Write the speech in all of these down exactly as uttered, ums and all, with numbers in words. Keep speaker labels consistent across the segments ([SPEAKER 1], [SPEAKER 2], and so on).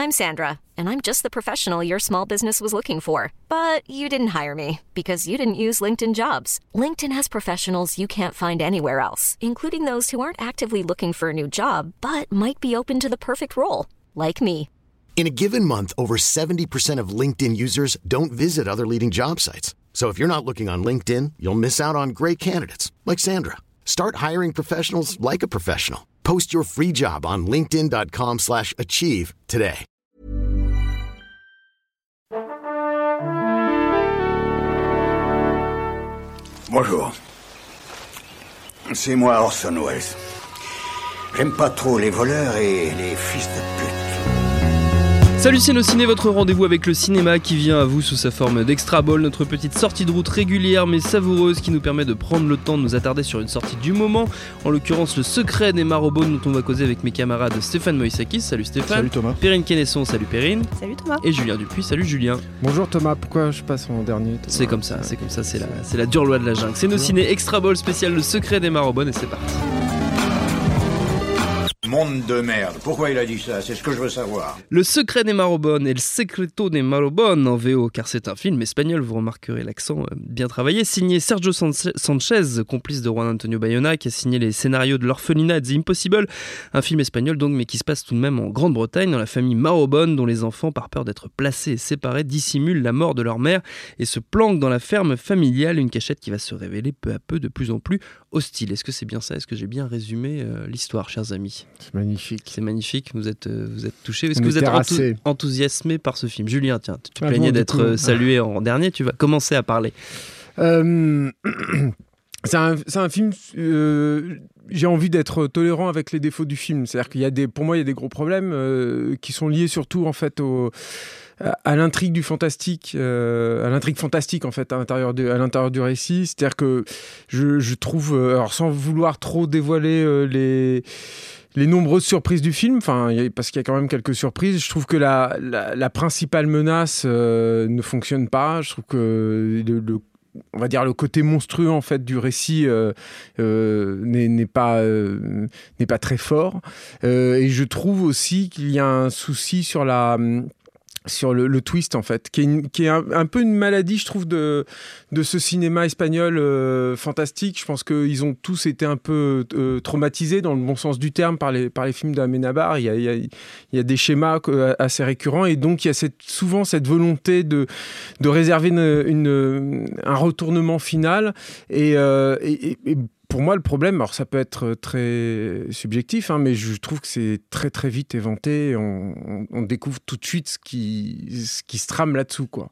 [SPEAKER 1] I'm Sandra, and I'm just the professional your small business was looking for. But you didn't hire me because you didn't use LinkedIn Jobs. LinkedIn has professionals you can't find anywhere else, including those who aren't actively looking for a new job, but might be open to the perfect role, like me.
[SPEAKER 2] In a given month, over seventy percent of LinkedIn users don't visit other leading job sites. So if you're not looking on LinkedIn, you'll miss out on great candidates like Sandra. Start hiring professionals like a professional. Post your free job on linkedin.com slash achieve today.
[SPEAKER 3] Bonjour. C'est moi Orson Welles. J'aime pas trop les voleurs et les fils de pute.
[SPEAKER 4] Salut Ciné, votre rendez-vous avec le cinéma qui vient à vous sous sa forme d'Extra Ball, notre petite sortie de route régulière mais savoureuse qui nous permet de prendre le temps de nous attarder sur une sortie du moment, en l'occurrence Le Secret des Marrowbone dont on va causer avec mes camarades Stéphane Moïsakis, salut Stéphane.
[SPEAKER 5] Salut Thomas.
[SPEAKER 4] Perrine Kennesson, salut Perrine.
[SPEAKER 6] Salut Thomas.
[SPEAKER 4] Et Julien Dupuis, salut Julien.
[SPEAKER 5] Bonjour Thomas, pourquoi je passe en dernier Thomas?
[SPEAKER 4] C'est comme ça, c'est comme ça, c'est la, c'est la dure loi de la jungle. C'est nos ciné Extra Ball spécial Le Secret des Marrowbone et c'est parti.
[SPEAKER 3] Monde de merde. Pourquoi il a dit ça? C'est ce que je veux savoir.
[SPEAKER 4] Le Secret des Marrowbone et Le Secreto des Marrowbone en V O, car c'est un film espagnol, vous remarquerez l'accent bien travaillé, signé Sergio Sanchez, complice de Juan Antonio Bayona, qui a signé les scénarios de L'Orphelinat et The Impossible, un film espagnol donc, mais qui se passe tout de même en Grande-Bretagne, dans la famille Marrowbone, dont les enfants, par peur d'être placés et séparés, dissimulent la mort de leur mère et se planquent dans la ferme familiale, une cachette qui va se révéler peu à peu de plus en plus hostile. Est-ce que c'est bien ça? Est-ce que j'ai bien résumé euh, l'histoire, chers amis?
[SPEAKER 5] C'est magnifique.
[SPEAKER 4] C'est magnifique, vous êtes, euh, vous êtes touchés. Est-ce
[SPEAKER 5] On
[SPEAKER 4] que vous
[SPEAKER 5] est
[SPEAKER 4] êtes
[SPEAKER 5] terrassé.
[SPEAKER 4] enthou- enthousiasmé par ce film? Julien, tiens, tu te
[SPEAKER 5] Ah
[SPEAKER 4] plaignais
[SPEAKER 5] bon,
[SPEAKER 4] d'être
[SPEAKER 5] du coup,
[SPEAKER 4] euh, salué en dernier, tu vas commencer à parler.
[SPEAKER 5] Euh, c'est, un, c'est un film... Euh, j'ai envie d'être tolérant avec les défauts du film. C'est-à-dire qu'il y a des, pour moi, il y a des gros problèmes euh, qui sont liés surtout en fait au... à l'intrigue du fantastique, euh, à l'intrigue fantastique en fait à l'intérieur du, à l'intérieur du récit. C'est-à-dire que je, je trouve, euh, alors sans vouloir trop dévoiler euh, les les nombreuses surprises du film, enfin parce qu'il y a quand même quelques surprises. Je trouve que la la, la principale menace euh, ne fonctionne pas. Je trouve que le, le on va dire le côté monstrueux en fait du récit euh, euh, n'est, n'est pas euh, n'est pas très fort. Euh, et je trouve aussi qu'il y a un souci sur la sur le, le twist en fait, qui est, une, qui est un, un peu une maladie je trouve de, de ce cinéma espagnol euh, fantastique. Je pense qu'ils ont tous été un peu euh, traumatisés dans le bon sens du terme par les, par les films d'Amenábar. Il y a, il y a, il y a des schémas assez récurrents et donc il y a cette, souvent cette volonté de, de réserver une, une, un retournement final et, euh, et, et pour moi, le problème, alors ça peut être très subjectif, hein, mais je trouve que c'est très très vite éventé. On, on, on découvre tout de suite ce qui, ce qui se trame là-dessous, quoi.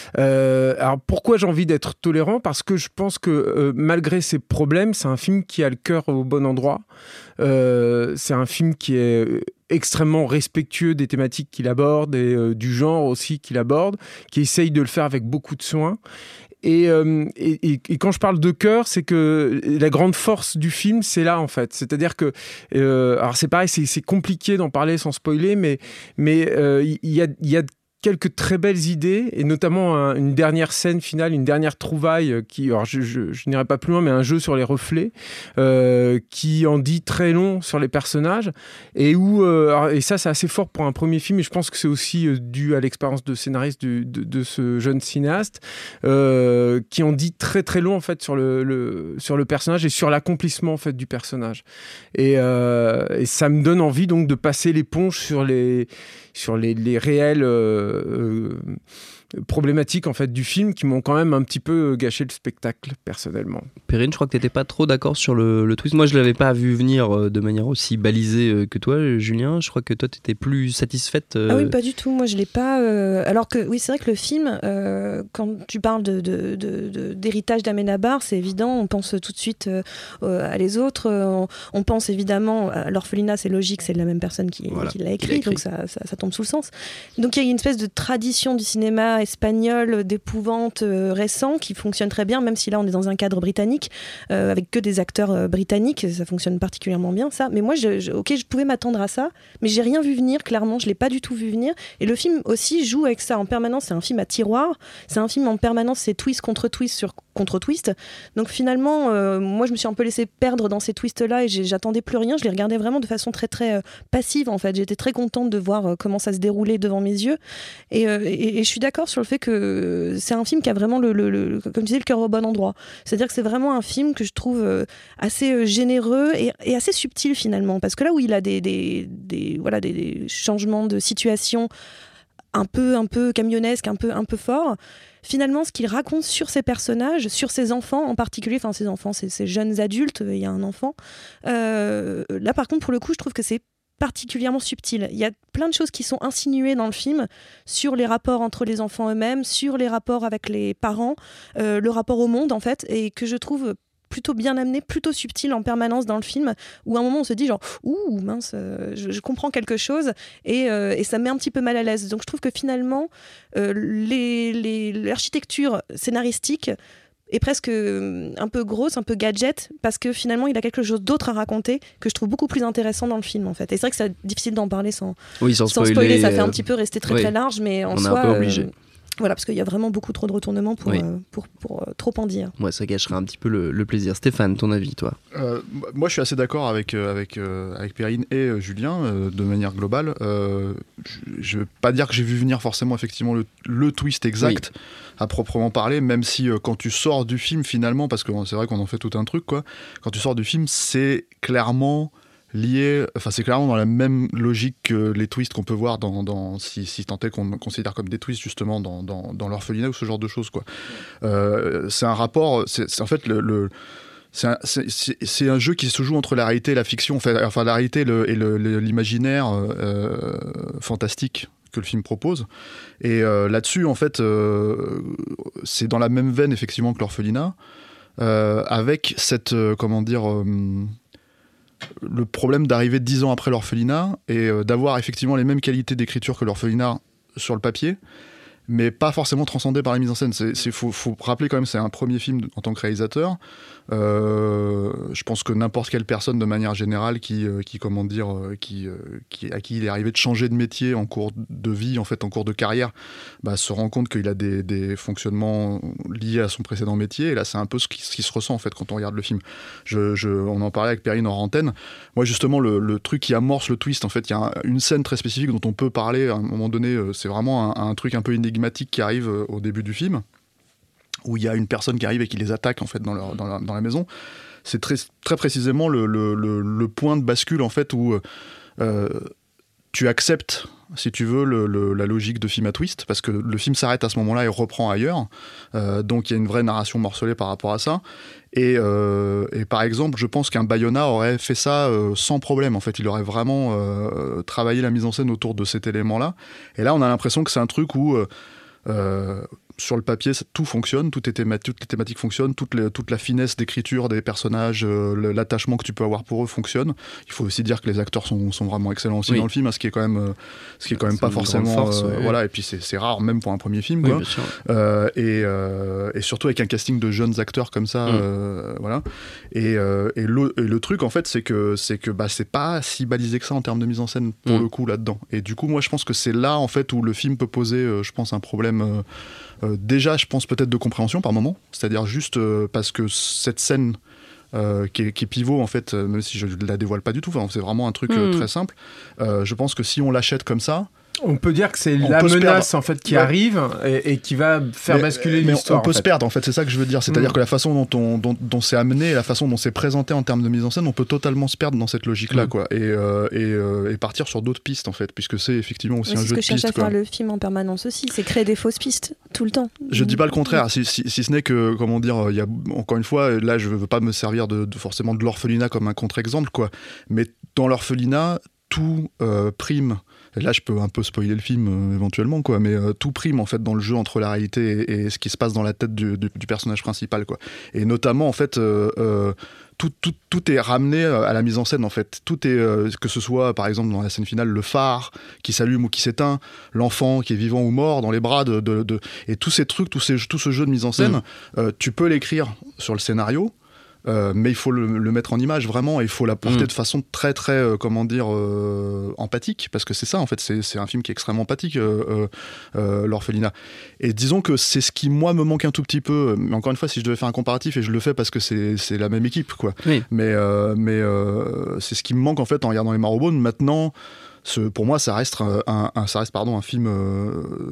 [SPEAKER 5] Euh, alors pourquoi j'ai envie d'être tolérant? Parce que je pense que euh, malgré ces problèmes, c'est un film qui a le cœur au bon endroit. Euh, c'est un film qui est extrêmement respectueux des thématiques qu'il aborde et euh, du genre aussi qu'il aborde, qui essaye de le faire avec beaucoup de soin. Et, euh, et, et quand je parle de cœur, c'est que la grande force du film, c'est là en fait. C'est-à-dire que, euh, alors c'est pareil, c'est, c'est compliqué d'en parler sans spoiler, mais mais euh, il y a il y a quelques très belles idées, et notamment un, une dernière scène finale, une dernière trouvaille qui, alors je, je, je n'irai pas plus loin, mais un jeu sur les reflets euh, qui en dit très long sur les personnages, et où, euh, alors, et ça c'est assez fort pour un premier film, et je pense que c'est aussi euh, dû à l'expérience de scénariste du, de, de ce jeune cinéaste, euh, qui en dit très très long en fait sur le, le, sur le personnage et sur l'accomplissement en fait du personnage. Et, euh, et ça me donne envie donc de passer l'éponge sur les sur les, les réels euh, euh, problématiques en fait du film qui m'ont quand même un petit peu gâché le spectacle personnellement.
[SPEAKER 4] Perrine, je crois que tu n'étais pas trop d'accord sur le, le twist. Moi, je ne l'avais pas vu venir euh, de manière aussi balisée euh, que toi, Julien. Je crois que toi, tu étais plus satisfaite. Euh...
[SPEAKER 6] Ah oui, pas du tout. Moi, je ne l'ai pas... Euh... Alors que, oui, c'est vrai que le film, euh, quand tu parles de, de, de, de, d'héritage d'Amenábar, c'est évident. On pense tout de suite euh, à les autres. On, on pense évidemment à L'Orphelinat, c'est logique, c'est la même personne qui,
[SPEAKER 4] voilà,
[SPEAKER 6] qui l'a écrit,
[SPEAKER 4] qui l'a écrit.
[SPEAKER 6] donc ça, ça, ça tombe sous le sens. Donc il y a une espèce de tradition du cinéma cinéma espagnol d'épouvante euh, récent qui fonctionne très bien, même si là on est dans un cadre britannique euh, avec que des acteurs euh, britanniques, ça fonctionne particulièrement bien ça. Mais moi, je, je, ok, je pouvais m'attendre à ça, mais j'ai rien vu venir. Clairement, je l'ai pas du tout vu venir. Et le film aussi joue avec ça en permanence. C'est un film à tiroir. C'est un film en permanence, c'est twist contre twist sur contre twist. Donc finalement, euh, moi, je me suis un peu laissée perdre dans ces twists-là et j'attendais plus rien. Je les regardais vraiment de façon très très euh, passive en fait. J'étais très contente de voir euh, comment ça se déroulait devant mes yeux. Et, euh, et, et je suis d'accord sur le fait que c'est un film qui a vraiment le, le, le comme tu disais, le cœur au bon endroit. C'est-à-dire que c'est vraiment un film que je trouve euh, assez euh, généreux et, et assez subtil finalement. Parce que là où il a des, des, des, voilà, des, des changements de situation un peu, un peu camionnesques, un peu, un peu forts, finalement, ce qu'il raconte sur ses personnages, sur ses enfants en particulier, enfin ses enfants, ses, ses jeunes adultes, il y a un enfant. Euh, là, par contre, pour le coup, je trouve que c'est particulièrement subtil. Il y a plein de choses qui sont insinuées dans le film sur les rapports entre les enfants eux-mêmes, sur les rapports avec les parents, euh, le rapport au monde, en fait, et que je trouve plutôt bien amené, plutôt subtil en permanence dans le film, où à un moment on se dit genre ouh mince, euh, je, je comprends quelque chose et, euh, et ça me met un petit peu mal à l'aise. Donc je trouve que finalement euh, les, les, l'architecture scénaristique est presque un peu grosse, un peu gadget, parce que finalement il a quelque chose d'autre à raconter que je trouve beaucoup plus intéressant dans le film en fait. Et c'est vrai que c'est difficile d'en parler sans,
[SPEAKER 4] oui, sans,
[SPEAKER 6] sans
[SPEAKER 4] spoiler,
[SPEAKER 6] spoiler, ça fait un
[SPEAKER 4] euh...
[SPEAKER 6] petit peu rester très
[SPEAKER 4] oui.
[SPEAKER 6] très large, mais en
[SPEAKER 4] on
[SPEAKER 6] soi...
[SPEAKER 4] est un peu obligé.
[SPEAKER 6] Euh, Voilà, parce qu'il y a vraiment beaucoup trop de retournements pour,
[SPEAKER 4] oui.
[SPEAKER 6] euh, pour, pour, pour euh, trop en dire.
[SPEAKER 4] Ouais, ça gâcherait un petit peu le, le plaisir. Stéphane, ton avis, toi ?
[SPEAKER 7] euh, Moi, je suis assez d'accord avec, euh, avec, euh, avec Perrine et euh, Julien, euh, de manière globale. Euh, je ne veux pas dire que j'ai vu venir forcément effectivement le, le twist exact, oui. à proprement parler, même si euh, quand tu sors du film, finalement, parce que c'est vrai qu'on en fait tout un truc, quoi, quand tu sors du film, c'est clairement... lié, enfin c'est clairement dans la même logique que les twists qu'on peut voir dans, dans si, si tant est qu'on considère comme des twists justement dans, dans, dans l'orphelinat ou ce genre de choses quoi. Euh, c'est un rapport, c'est, c'est en fait le, le c'est, un, c'est, c'est un jeu qui se joue entre la réalité et la fiction, enfin, enfin la réalité et, le, et le, le, l'imaginaire euh, fantastique que le film propose. Et euh, là-dessus en fait euh, c'est dans la même veine effectivement que l'orphelinat, euh, avec cette euh, comment dire euh, le problème d'arriver dix ans après l'orphelinat et euh, d'avoir effectivement les mêmes qualités d'écriture que l'orphelinat sur le papier, mais pas forcément transcendé par la mise en scène. Il faut, faut rappeler quand même, c'est un premier film en tant que réalisateur. Euh, je pense que n'importe quelle personne de manière générale qui, euh, qui comment dire, euh, qui, euh, qui, à qui il est arrivé de changer de métier en cours de vie, en fait, en cours de carrière, bah, se rend compte qu'il a des, des fonctionnements liés à son précédent métier. Et là, c'est un peu ce qui, ce qui se ressent en fait quand on regarde le film. Je, je, on en parlait avec Perrine hors antenne. Moi, justement, le, le truc qui amorce le twist, en fait, il y a une scène très spécifique dont on peut parler à un moment donné. C'est vraiment un, un truc un peu énigmatique qui arrive au début du film, où il y a une personne qui arrive et qui les attaque en fait dans, leur, dans, la, dans la maison. C'est très, très précisément le, le, le, le point de bascule en fait où euh, tu acceptes, si tu veux, le, le, la logique de film à twist, parce que le film s'arrête à ce moment-là et reprend ailleurs. Euh, donc il y a une vraie narration morcelée par rapport à ça. Et, euh, et par exemple, je pense qu'un Bayona aurait fait ça euh, sans problème. En fait, il aurait vraiment euh, travaillé la mise en scène autour de cet élément-là. Et là, on a l'impression que c'est un truc où... Euh, euh, sur le papier, tout fonctionne, tout est théma- toutes les thématiques fonctionnent, toute, les, toute la finesse d'écriture des personnages, euh, l'attachement que tu peux avoir pour eux fonctionne. Il faut aussi dire que les acteurs sont, sont vraiment excellents aussi oui. dans le film, hein, ce qui est quand même, euh, ce qui est quand même c'est pas forcément, force, euh, ouais. voilà. Et puis c'est, c'est rare même pour un premier film, quoi. Oui, euh, et, euh, et surtout avec un casting de jeunes acteurs comme ça, mm. euh, voilà. Et, euh, et, le, et le truc en fait, c'est que c'est que bah c'est pas si balisé que ça en termes de mise en scène pour mm. le coup là-dedans. Et du coup, moi, je pense que c'est là en fait où le film peut poser, euh, je pense, un problème. Euh, Euh, déjà, je pense peut-être de compréhension par moment, c'est-à-dire juste euh, parce que cette scène euh, qui, est, qui est pivot, en fait, euh, même si je ne la dévoile pas du tout, c'est vraiment un truc mmh. euh, très simple, euh, je pense que si on l'achète comme ça...
[SPEAKER 5] On peut dire que c'est la menace en fait qui ouais. arrive et, et qui va faire mais, basculer mais l'histoire.
[SPEAKER 7] On peut
[SPEAKER 5] en
[SPEAKER 7] se
[SPEAKER 5] fait.
[SPEAKER 7] perdre en fait, c'est ça que je veux dire. C'est-à-dire mmh. que la façon dont, on, dont, dont c'est amené, la façon dont c'est présenté en termes de mise en scène, on peut totalement se perdre dans cette logique-là, mmh. quoi, et, euh, et, euh, et partir sur d'autres pistes en fait, puisque c'est effectivement aussi
[SPEAKER 6] mais
[SPEAKER 7] un jeu de pistes. C'est
[SPEAKER 6] ce que cherche
[SPEAKER 7] quoi.
[SPEAKER 6] à faire le film en permanence aussi, c'est créer des fausses pistes tout le temps.
[SPEAKER 7] Je dis pas le contraire, si, si, si ce n'est que, comment dire, il y a encore une fois, là je veux pas me servir de, de forcément de l'orphelinat comme un contre-exemple, quoi, mais dans l'orphelinat, tout euh, prime Et là, je peux un peu spoiler le film euh, éventuellement, quoi, mais euh, tout prime en fait dans le jeu entre la réalité et, et ce qui se passe dans la tête du, du, du personnage principal, quoi. Et notamment, en fait, euh, euh, tout, tout, tout est ramené à la mise en scène, en fait. Tout est, euh, que ce soit, par exemple, dans la scène finale, le phare qui s'allume ou qui s'éteint, l'enfant qui est vivant ou mort dans les bras de, de, de... et tous ces trucs, tous ces, tout ce jeu de mise en scène, mmh. euh, tu peux l'écrire sur le scénario. Euh, mais il faut le, le mettre en image vraiment, et il faut la porter mmh. de façon très très euh, comment dire euh, empathique, parce que c'est ça en fait, c'est, c'est un film qui est extrêmement empathique, euh, euh, euh, l'orphelinat. Et disons que c'est ce qui moi me manque un tout petit peu, mais encore une fois si je devais faire un comparatif, et je le fais parce que c'est, c'est la même équipe quoi, oui. mais, euh, mais euh, c'est ce qui me manque en fait en regardant les Marrowbone. Maintenant ce, pour moi ça reste un, un, ça reste, pardon, un film euh,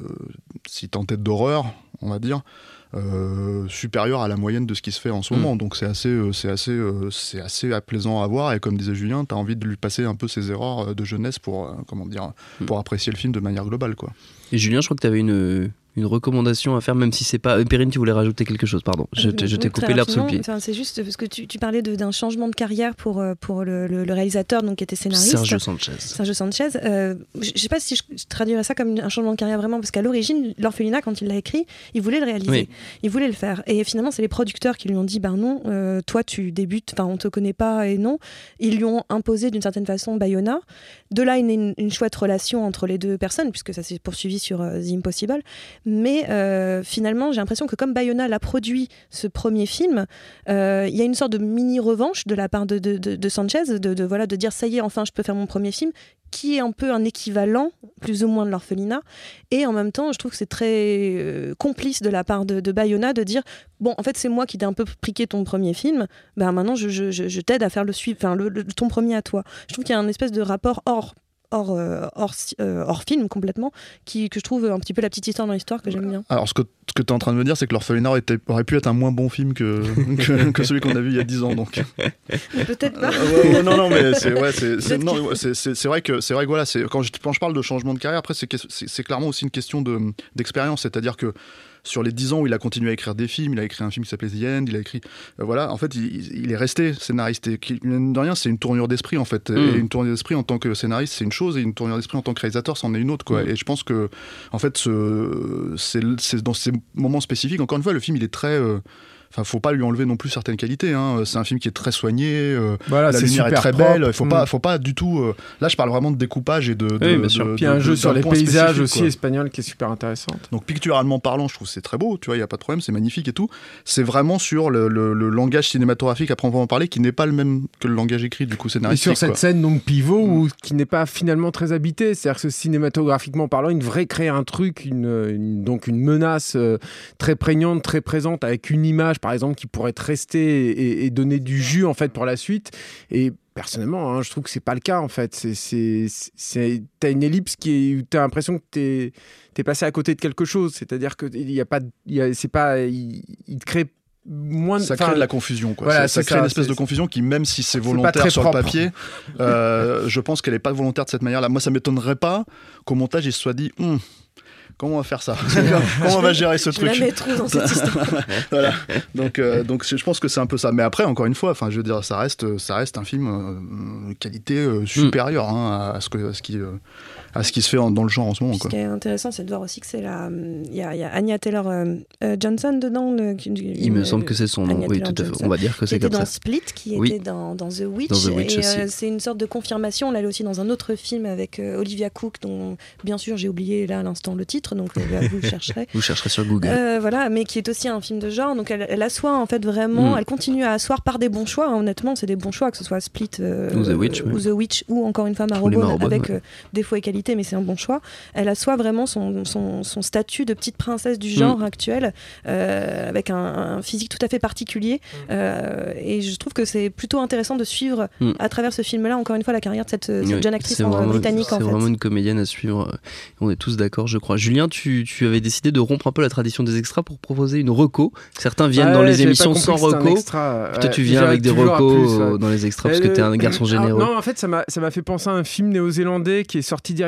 [SPEAKER 7] si tant est d'horreur on va dire, Euh, supérieur à la moyenne de ce qui se fait en ce mmh. moment, donc c'est assez, euh, c'est assez, euh, c'est assez plaisant à voir, et comme disait Julien, t'as envie de lui passer un peu ses erreurs de jeunesse pour, euh, comment dire, mmh. pour apprécier le film de manière globale, quoi.
[SPEAKER 4] Et Julien, je crois que t'avais une une recommandation à faire, même si c'est pas... Perrine, tu voulais rajouter quelque chose, pardon. Je, je t'ai coupé l'herbe sous le pied.
[SPEAKER 6] Enfin, c'est juste parce que tu, tu parlais de, d'un changement de carrière pour, pour le, le, le réalisateur, donc qui était scénariste.
[SPEAKER 4] Sergio Sanchez.
[SPEAKER 6] Sergio Sanchez. Euh, je sais pas si je, je traduirais ça comme un changement de carrière vraiment, parce qu'à l'origine, l'orphelinat, quand il l'a écrit, il voulait le réaliser. Oui. Il voulait le faire. Et finalement, c'est les producteurs qui lui ont dit, ben non, euh, toi, tu débutes, enfin, on te connaît pas, et non. Ils lui ont imposé d'une certaine façon Bayona. De là, une, une, une chouette relation entre les deux personnes, puisque ça s'est poursuivi sur uh, The Impossible. Mais euh, finalement, j'ai l'impression que comme Bayona l'a produit ce premier film, il euh, y a une sorte de mini-revanche de la part de, de, de, de Sanchez, de, de, voilà, de dire ça y est, enfin je peux faire mon premier film, qui est un peu un équivalent, plus ou moins, de l'orphelinat. Et en même temps, je trouve que c'est très euh, complice de la part de, de Bayona de dire bon, en fait, c'est moi qui t'ai un peu priqué ton premier film, ben maintenant je, je, je, je t'aide à faire le suivre, enfin le, le, ton premier à toi. Je trouve qu'il y a un espèce de rapport hors Hors, euh, hors, euh, hors film complètement, qui, que je trouve un petit peu la petite histoire dans l'histoire que j'aime bien.
[SPEAKER 7] Alors ce que, ce que tu es en train de me dire, c'est que l'orphelinat aurait, aurait pu être un moins bon film que, que, que celui qu'on a vu il y a dix ans, donc.
[SPEAKER 6] Mais peut-être pas.
[SPEAKER 7] Euh, ouais, ouais, non, non, mais c'est, ouais, c'est, c'est, non, ouais, c'est, c'est, c'est vrai que, c'est vrai que voilà, c'est, quand, je, quand je parle de changement de carrière, après c'est, c'est, c'est clairement aussi une question de, d'expérience, c'est-à-dire que sur les dix ans où il a continué à écrire des films, il a écrit un film qui s'appelait The End, il a écrit... Euh, voilà, en fait, il, il est resté scénariste. Et mine de rien, c'est une tournure d'esprit, en fait. Mm. Et une tournure d'esprit en tant que scénariste, c'est une chose, et une tournure d'esprit en tant que réalisateur, c'en est une autre, quoi. Mm. Et je pense que, en fait, ce, c'est, c'est dans ces moments spécifiques, encore une fois, le film, il est très... Euh, Enfin, faut pas lui enlever non plus certaines qualités. Hein. C'est un film qui est très soigné, euh,
[SPEAKER 5] voilà,
[SPEAKER 7] la lumière est très
[SPEAKER 5] propre.
[SPEAKER 7] belle. Il faut mmh. pas, faut pas du tout. Euh... Là, je parle vraiment de découpage et de. de
[SPEAKER 5] oui, bien sûr.
[SPEAKER 7] De,
[SPEAKER 5] Puis il y a un
[SPEAKER 7] de,
[SPEAKER 5] jeu
[SPEAKER 7] de,
[SPEAKER 5] sur les paysages aussi
[SPEAKER 7] quoi.
[SPEAKER 5] espagnols qui est super intéressant.
[SPEAKER 7] Donc picturalement parlant, je trouve que c'est très beau. Tu vois, il y a pas de problème, c'est magnifique et tout. C'est vraiment sur le, le, le langage cinématographique à proprement parler qui n'est pas le même que le langage écrit du coup scénaristique.
[SPEAKER 5] Et sur cette
[SPEAKER 7] quoi.
[SPEAKER 5] scène donc pivot mmh. où, qui n'est pas finalement très habitée, c'est-à-dire que cinématographiquement parlant, il devrait créer un truc, une, une donc une menace euh, très prégnante, très présente, avec une image par exemple qui pourrait rester et, et donner du jus en fait pour la suite. Et personnellement, hein, je trouve que c'est pas le cas en fait. C'est, c'est, c'est, t'as une ellipse qui est, t'as l'impression que t'es, t'es passé à côté de quelque chose. C'est-à-dire que il y a pas, il y a, c'est pas, il, il te crée moins de,
[SPEAKER 7] ça crée de la confusion quoi.
[SPEAKER 5] Voilà,
[SPEAKER 7] ça, ça crée
[SPEAKER 5] ça,
[SPEAKER 7] une espèce
[SPEAKER 5] c'est,
[SPEAKER 7] de confusion qui, même si c'est volontaire
[SPEAKER 5] c'est
[SPEAKER 7] sur
[SPEAKER 5] propre.
[SPEAKER 7] le papier, euh, je pense qu'elle est pas volontaire de cette manière-là. Moi, ça m'étonnerait pas qu'au montage il se soit dit. Hm, comment on va faire ça? Comment on va gérer ce
[SPEAKER 6] je
[SPEAKER 7] truc?
[SPEAKER 6] Je la mets trop dans cette histoire.
[SPEAKER 7] Voilà. Donc, euh, donc je pense que c'est un peu ça. Mais après, encore une fois, enfin, je veux dire, ça reste, ça reste un film euh, qualité euh, supérieure mm. hein, à ce que, à ce qui, euh, à ce qui se fait en, dans le genre en ce moment. Quoi.
[SPEAKER 6] Ce qui est intéressant, c'est de voir aussi que c'est la, il y a, y a Anya Taylor euh, Johnson dedans. Le,
[SPEAKER 4] il une, me semble que c'est son nom. Oui, tout à fait. On va dire que c'est comme ça.
[SPEAKER 6] Qui était dans Split, qui
[SPEAKER 4] oui.
[SPEAKER 6] était dans, dans The Witch.
[SPEAKER 4] Dans The Witch
[SPEAKER 6] et
[SPEAKER 4] aussi.
[SPEAKER 6] Euh, c'est une sorte de confirmation. Là, elle est aussi dans un autre film avec euh, Olivia Cook, dont bien sûr j'ai oublié là à l'instant le titre, donc euh, vous chercherez.
[SPEAKER 4] Vous chercherez sur Google.
[SPEAKER 6] Euh, voilà, mais qui est aussi un film de genre. Donc elle, elle assoit en fait vraiment, mm. elle continue à asseoir par des bons choix. Hein, honnêtement, c'est des bons choix, que ce soit Split euh,
[SPEAKER 4] ou, The Witch,
[SPEAKER 6] ou
[SPEAKER 4] oui.
[SPEAKER 6] The Witch ou encore une fois Marrowbone, avec ouais. euh, défauts et qualités, mais c'est un bon choix. Elle assoit vraiment son, son, son statut de petite princesse du genre mm. actuel, euh, avec un, un physique tout à fait particulier. Euh, et je trouve que c'est plutôt intéressant de suivre mm. à travers ce film-là, encore une fois, la carrière de cette, cette oui, jeune actrice en,
[SPEAKER 4] vraiment,
[SPEAKER 6] britannique.
[SPEAKER 4] C'est
[SPEAKER 6] en fait.
[SPEAKER 4] vraiment une comédienne à suivre. On est tous d'accord, je crois. Julien, tu, tu avais décidé de rompre un peu la tradition des extras pour proposer une reco. Certains viennent ah, dans les émissions sans reco. Extra, Toi, ouais, tu viens avec des recos dans les extras parce que t'es un garçon généreux.
[SPEAKER 5] Non, en fait, ça m'a, ça m'a fait penser à un film néo-zélandais qui est sorti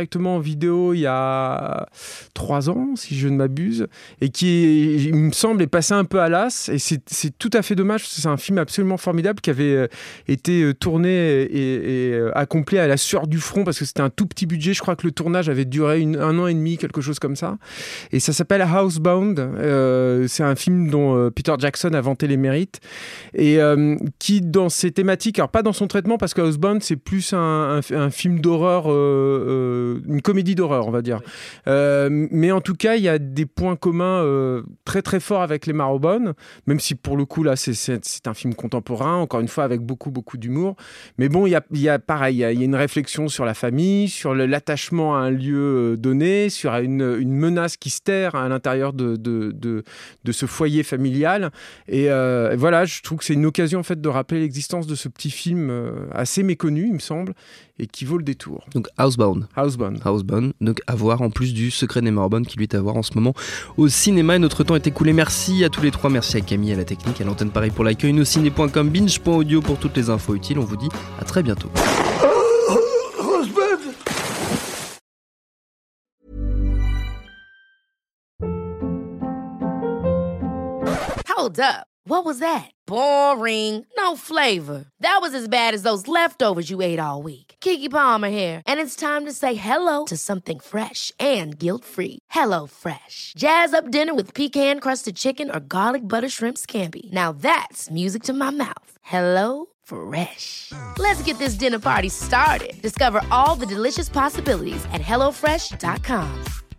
[SPEAKER 5] directement en vidéo il y a trois ans, si je ne m'abuse, et qui, est, il me semble, est passé un peu à l'as. Et c'est, c'est tout à fait dommage, parce que c'est un film absolument formidable qui avait été tourné et, et accompli à la sueur du front, parce que c'était un tout petit budget. Je crois que le tournage avait duré une, un an et demi, quelque chose comme ça. Et ça s'appelle Housebound. Euh, c'est un film dont euh, Peter Jackson a vanté les mérites. Et euh, qui, dans ses thématiques, alors pas dans son traitement, parce que Housebound, c'est plus un, un, un film d'horreur, euh, euh, une comédie d'horreur, on va dire. Euh, mais en tout cas, il y a des points communs euh, très très forts avec Les Marrowbone, même si pour le coup, là, c'est, c'est, c'est un film contemporain, encore une fois, avec beaucoup beaucoup d'humour. Mais bon, il y a, il y a pareil, il y a, il y a une réflexion sur la famille, sur le, l'attachement à un lieu donné, sur une, une menace qui se terre à l'intérieur de, de, de, de ce foyer familial. Et, euh, et voilà, je trouve que c'est une occasion en fait de rappeler l'existence de ce petit film euh, assez méconnu, il me semble, et qui vaut le détour.
[SPEAKER 4] Donc Housebound.
[SPEAKER 5] Housebound.
[SPEAKER 4] Housebound. Donc à voir en plus du Secret des Marrowbone qui lui est à voir en ce moment au cinéma. Et notre temps est écoulé. Merci à tous les trois. Merci à Camille, à la technique, à l'antenne Paris pour l'accueil, nosciné point com, binge point audio pour toutes les infos utiles. On vous dit à très bientôt.
[SPEAKER 8] Hold up. What was that? Boring. No flavor. That was as bad as those leftovers you ate all week. Keke Palmer here, and it's time to say hello to something fresh and guilt-free. Hello Fresh. Jazz up dinner with pecan-crusted chicken or garlic butter shrimp scampi. Now that's music to my mouth. Hello Fresh. Let's get this dinner party started. Discover all the delicious possibilities at hello fresh dot com.